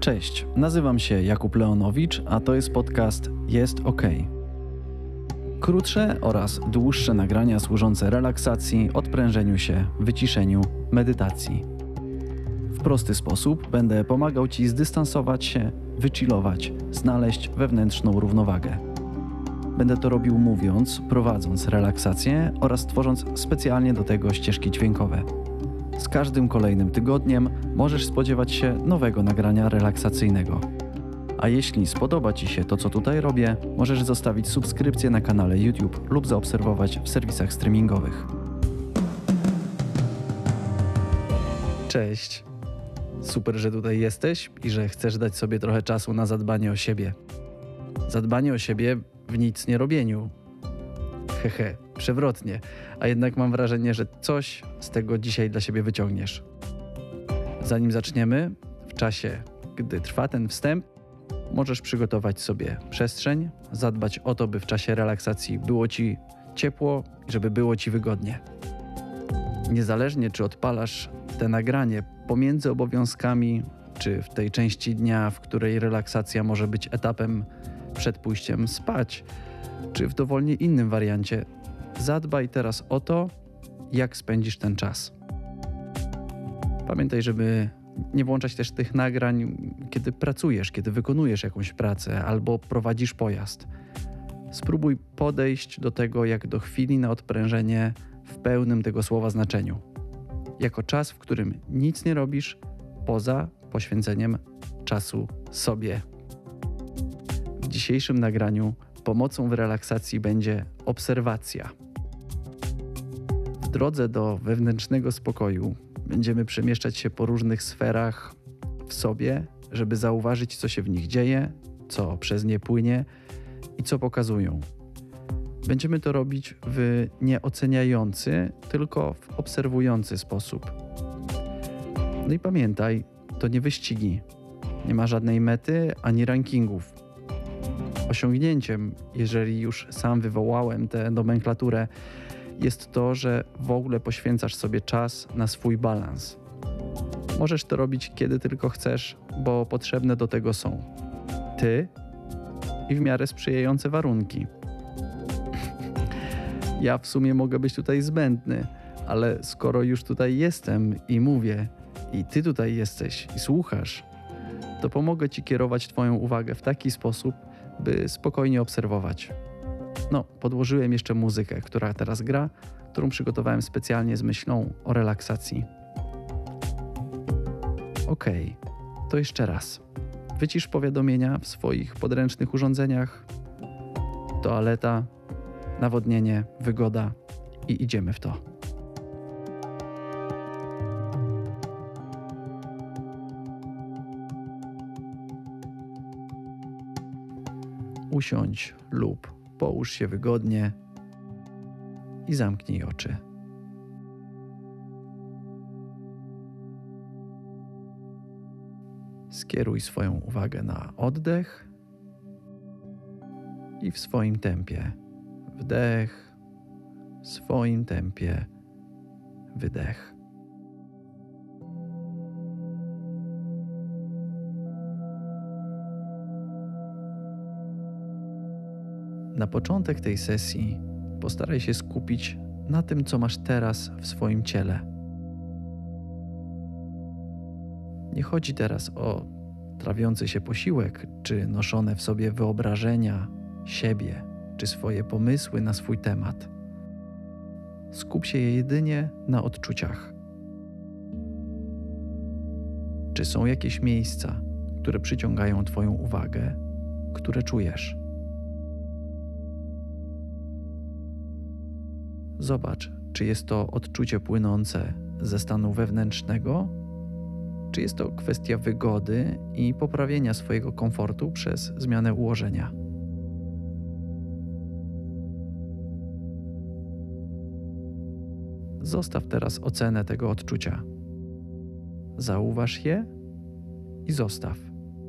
Cześć, nazywam się Jakub Leonowicz, a to jest podcast Jest OK. Krótsze oraz dłuższe nagrania służące relaksacji, odprężeniu się, wyciszeniu, medytacji. W prosty sposób będę pomagał Ci zdystansować się, wychillować, znaleźć wewnętrzną równowagę. Będę to robił mówiąc, prowadząc relaksację oraz tworząc specjalnie do tego ścieżki dźwiękowe. Z każdym kolejnym tygodniem możesz spodziewać się nowego nagrania relaksacyjnego. A jeśli spodoba Ci się to, co tutaj robię, możesz zostawić subskrypcję na kanale YouTube lub zaobserwować w serwisach streamingowych. Cześć! Super, że tutaj jesteś i że chcesz dać sobie trochę czasu na zadbanie o siebie. Zadbanie o siebie w nic nie robieniu. Przewrotnie, a jednak mam wrażenie, że coś z tego dzisiaj dla siebie wyciągniesz. Zanim zaczniemy, w czasie, gdy trwa ten wstęp, możesz przygotować sobie przestrzeń, zadbać o to, by w czasie relaksacji było Ci ciepło i żeby było Ci wygodnie. Niezależnie, czy odpalasz te nagranie pomiędzy obowiązkami, czy w tej części dnia, w której relaksacja może być etapem przed pójściem spać, czy w dowolnie innym wariancie, zadbaj teraz o to, jak spędzisz ten czas. Pamiętaj, żeby nie włączać też tych nagrań, kiedy pracujesz, kiedy wykonujesz jakąś pracę albo prowadzisz pojazd. Spróbuj podejść do tego jak do chwili na odprężenie w pełnym tego słowa znaczeniu. Jako czas, w którym nic nie robisz poza poświęceniem czasu sobie. W dzisiejszym nagraniu pomocą w relaksacji będzie obserwacja. W drodze do wewnętrznego spokoju będziemy przemieszczać się po różnych sferach w sobie, żeby zauważyć, co się w nich dzieje, co przez nie płynie i co pokazują. Będziemy to robić w nieoceniający, tylko w obserwujący sposób. No i pamiętaj, to nie wyścigi. Nie ma żadnej mety ani rankingów. Osiągnięciem, jeżeli już sam wywołałem tę nomenklaturę, jest to, że w ogóle poświęcasz sobie czas na swój balans. Możesz to robić kiedy tylko chcesz, bo potrzebne do tego są Ty i w miarę sprzyjające warunki. Ja w sumie mogę być tutaj zbędny, ale skoro już tutaj jestem i mówię, i Ty tutaj jesteś i słuchasz, to pomogę Ci kierować Twoją uwagę w taki sposób, by spokojnie obserwować. Podłożyłem jeszcze muzykę, która teraz gra, którą przygotowałem specjalnie z myślą o relaksacji. To jeszcze raz. Wycisz powiadomienia w swoich podręcznych urządzeniach. Toaleta, nawodnienie, wygoda i idziemy w to. Usiądź lub połóż się wygodnie i zamknij oczy. Skieruj swoją uwagę na oddech i w swoim tempie wdech, w swoim tempie wydech. Na początek tej sesji postaraj się skupić na tym, co masz teraz w swoim ciele. Nie chodzi teraz o trawiący się posiłek, czy noszone w sobie wyobrażenia siebie, czy swoje pomysły na swój temat. Skup się jedynie na odczuciach. Czy są jakieś miejsca, które przyciągają Twoją uwagę, które czujesz? Zobacz, czy jest to odczucie płynące ze stanu wewnętrznego, czy jest to kwestia wygody i poprawienia swojego komfortu przez zmianę ułożenia. Zostaw teraz ocenę tego odczucia. Zauważ je i zostaw.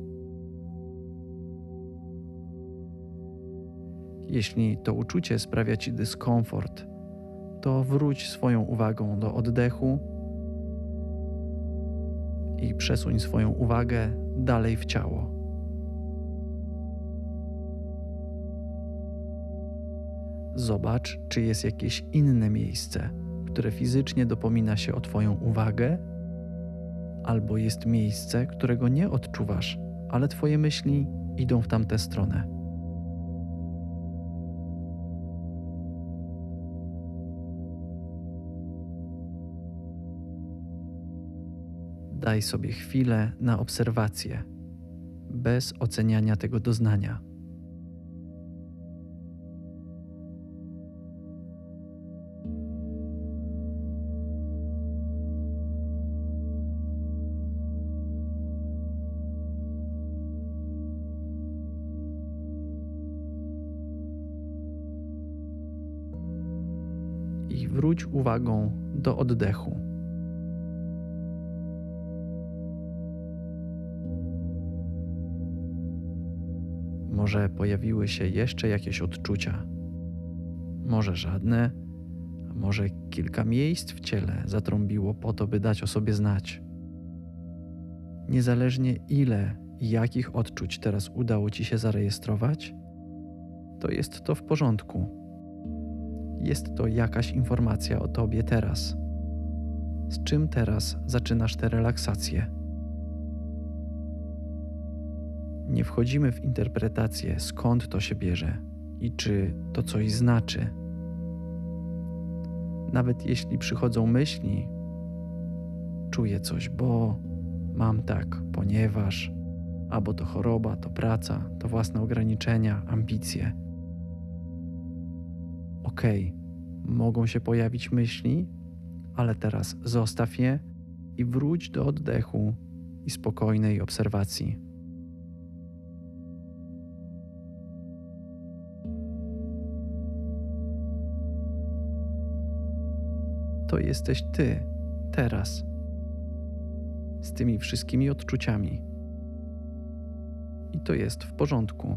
Jeśli to uczucie sprawia Ci dyskomfort, to wróć swoją uwagą do oddechu i przesuń swoją uwagę dalej w ciało. Zobacz, czy jest jakieś inne miejsce, które fizycznie dopomina się o Twoją uwagę, albo jest miejsce, którego nie odczuwasz, ale Twoje myśli idą w tamtę stronę. Daj sobie chwilę na obserwację, bez oceniania tego doznania. I wróć uwagą do oddechu. Może pojawiły się jeszcze jakieś odczucia, może żadne, a może kilka miejsc w ciele zatrąbiło po to, by dać o sobie znać. Niezależnie ile i jakich odczuć teraz udało Ci się zarejestrować, to jest to w porządku. Jest to jakaś informacja o Tobie teraz. Z czym teraz zaczynasz tę relaksację? Nie wchodzimy w interpretację, skąd to się bierze i czy to coś znaczy. Nawet jeśli przychodzą myśli, czuję coś, bo mam tak, ponieważ, albo to choroba, to praca, to własne ograniczenia, ambicje. Okej, mogą się pojawić myśli, ale teraz zostaw je i wróć do oddechu i spokojnej obserwacji. To jesteś Ty, teraz, z tymi wszystkimi odczuciami. I to jest w porządku.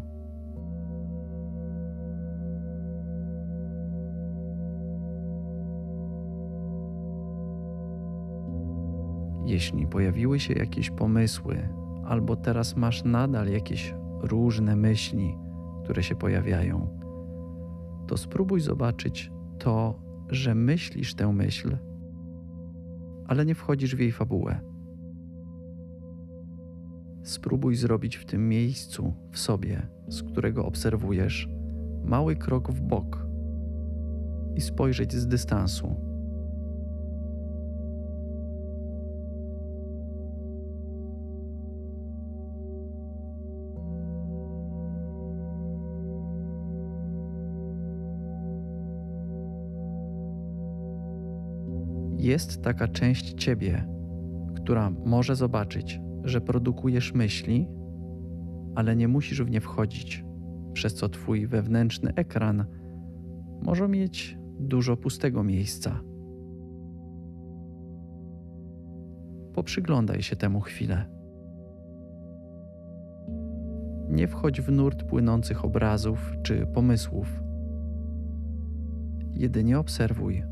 Jeśli pojawiły się jakieś pomysły, albo teraz masz nadal jakieś różne myśli, które się pojawiają, to spróbuj zobaczyć to, że myślisz tę myśl, ale nie wchodzisz w jej fabułę. Spróbuj zrobić w tym miejscu, w sobie, z którego obserwujesz, mały krok w bok i spojrzeć z dystansu. Jest taka część Ciebie, która może zobaczyć, że produkujesz myśli, ale nie musisz w nie wchodzić, przez co Twój wewnętrzny ekran może mieć dużo pustego miejsca. Poprzyglądaj się temu chwilę. Nie wchodź w nurt płynących obrazów czy pomysłów. Jedynie obserwuj.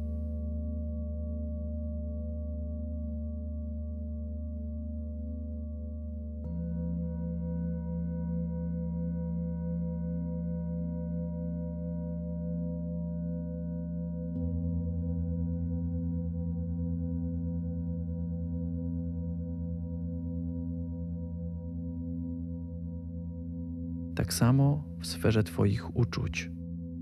Tak samo w sferze Twoich uczuć.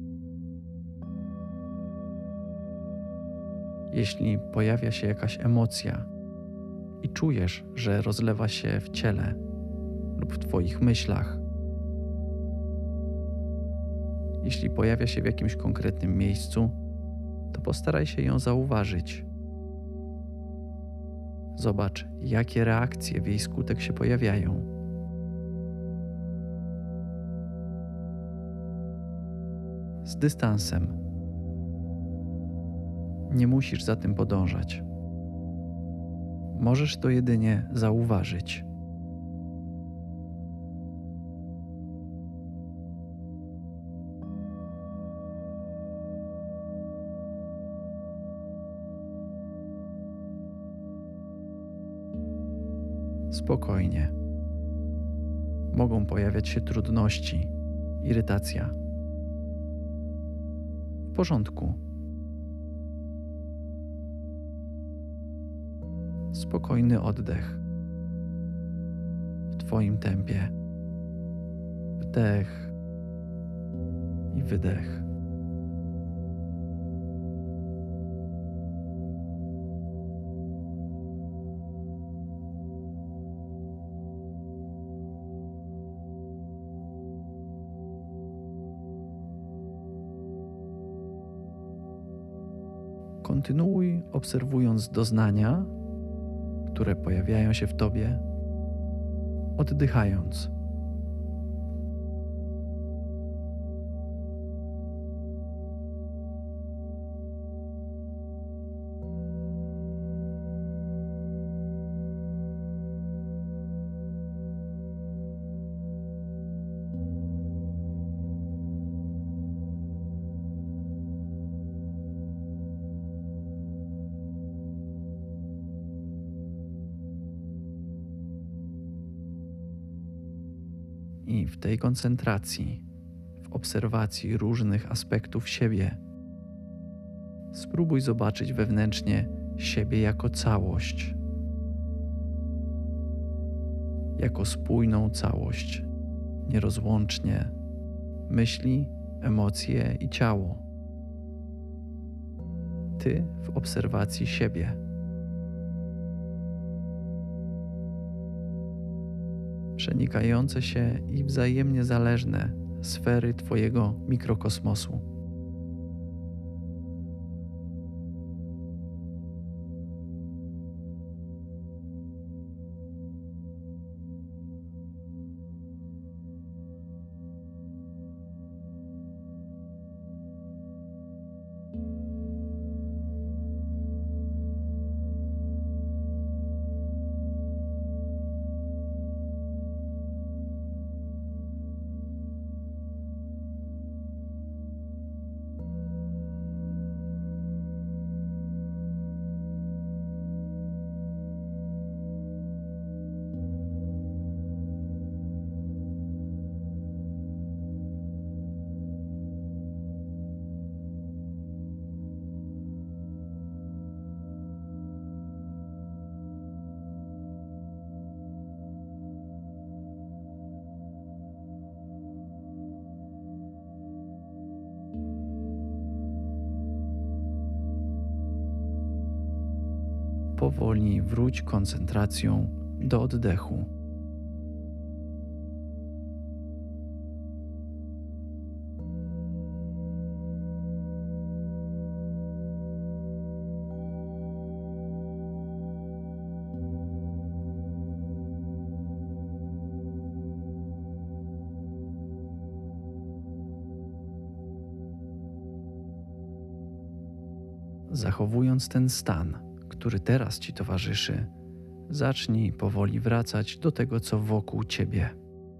Jeśli pojawia się jakaś emocja i czujesz, że rozlewa się w ciele lub w Twoich myślach, jeśli pojawia się w jakimś konkretnym miejscu, to postaraj się ją zauważyć. Zobacz, jakie reakcje w jej skutek się pojawiają. Z dystansem. Nie musisz za tym podążać. Możesz to jedynie zauważyć. Spokojnie. Mogą pojawiać się trudności, irytacja. W porządku. Spokojny oddech. W Twoim tempie. Wdech i wydech. Kontynuuj obserwując doznania, które pojawiają się w Tobie, oddychając. I w tej koncentracji, w obserwacji różnych aspektów siebie, spróbuj zobaczyć wewnętrznie siebie jako całość, jako spójną całość, nierozłącznie myśli, emocje i ciało. Ty w obserwacji siebie. Przenikające się i wzajemnie zależne sfery Twojego mikrokosmosu. Powoli wróć koncentracją do oddechu. Zachowując ten stan, który teraz Ci towarzyszy, zacznij powoli wracać do tego, co wokół Ciebie.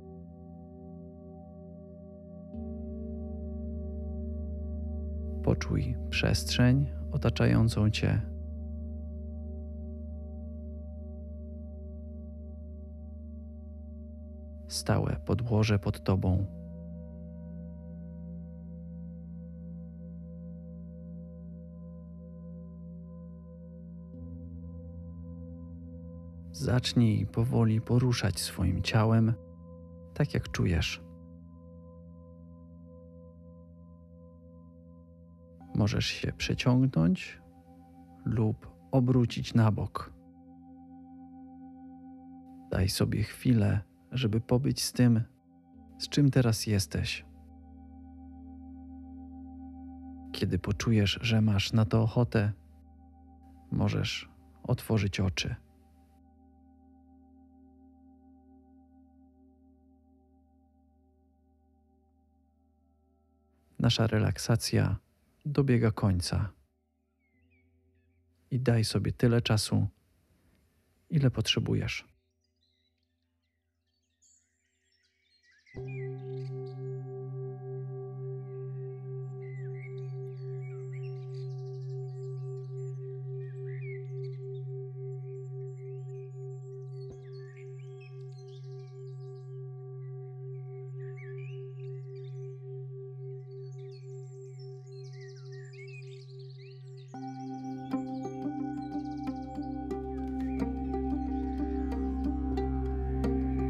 Poczuj przestrzeń otaczającą Cię. Stałe podłoże pod Tobą. Zacznij powoli poruszać swoim ciałem, tak jak czujesz. Możesz się przeciągnąć lub obrócić na bok. Daj sobie chwilę, żeby pobyć z tym, z czym teraz jesteś. Kiedy poczujesz, że masz na to ochotę, możesz otworzyć oczy. Nasza relaksacja dobiega końca i daj sobie tyle czasu, ile potrzebujesz.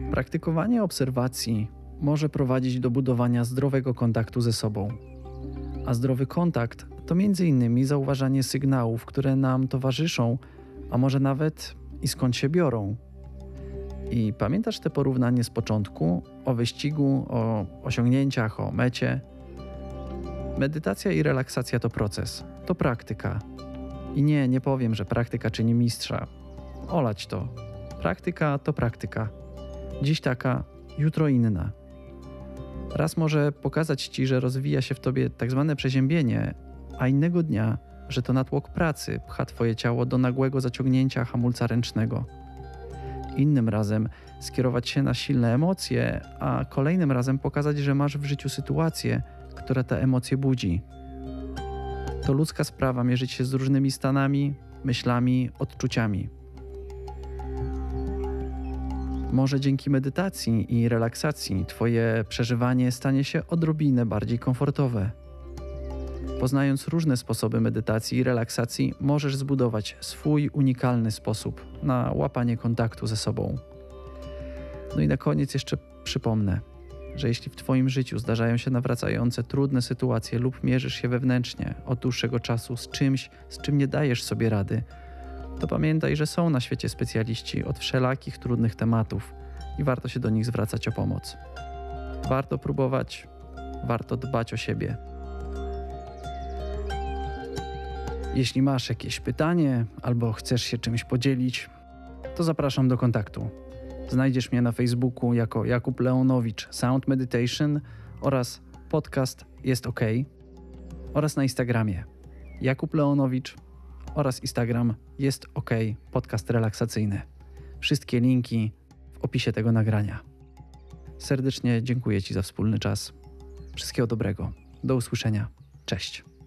Praktykowanie obserwacji może prowadzić do budowania zdrowego kontaktu ze sobą. A zdrowy kontakt to m.in. zauważanie sygnałów, które nam towarzyszą, a może nawet i skąd się biorą. I pamiętasz te porównanie z początku o wyścigu, o osiągnięciach, o mecie? Medytacja i relaksacja to proces, to praktyka. I nie powiem, że praktyka czyni mistrza. Olać to. Praktyka to praktyka. Dziś taka, jutro inna. Raz może pokazać ci, że rozwija się w tobie tak zwane przeziębienie, a innego dnia, że to natłok pracy pcha twoje ciało do nagłego zaciągnięcia hamulca ręcznego. Innym razem skierować się na silne emocje, a kolejnym razem pokazać, że masz w życiu sytuację, która te emocje budzi. To ludzka sprawa mierzyć się z różnymi stanami, myślami, odczuciami. Może dzięki medytacji i relaksacji twoje przeżywanie stanie się odrobinę bardziej komfortowe. Poznając różne sposoby medytacji i relaksacji, możesz zbudować swój unikalny sposób na łapanie kontaktu ze sobą. No i na koniec jeszcze przypomnę, że jeśli w twoim życiu zdarzają się nawracające trudne sytuacje lub mierzysz się wewnętrznie od dłuższego czasu z czymś, z czym nie dajesz sobie rady, to pamiętaj, że są na świecie specjaliści od wszelakich trudnych tematów i warto się do nich zwracać o pomoc. Warto próbować, warto dbać o siebie. Jeśli masz jakieś pytanie albo chcesz się czymś podzielić, to zapraszam do kontaktu. Znajdziesz mnie na Facebooku jako Jakub Leonowicz Sound Meditation oraz podcast Jest OK oraz na Instagramie Jakub Leonowicz oraz Instagram Jest OK Podcast Relaksacyjny. Wszystkie linki w opisie tego nagrania. Serdecznie dziękuję ci za wspólny czas. Wszystkiego dobrego. Do usłyszenia. Cześć.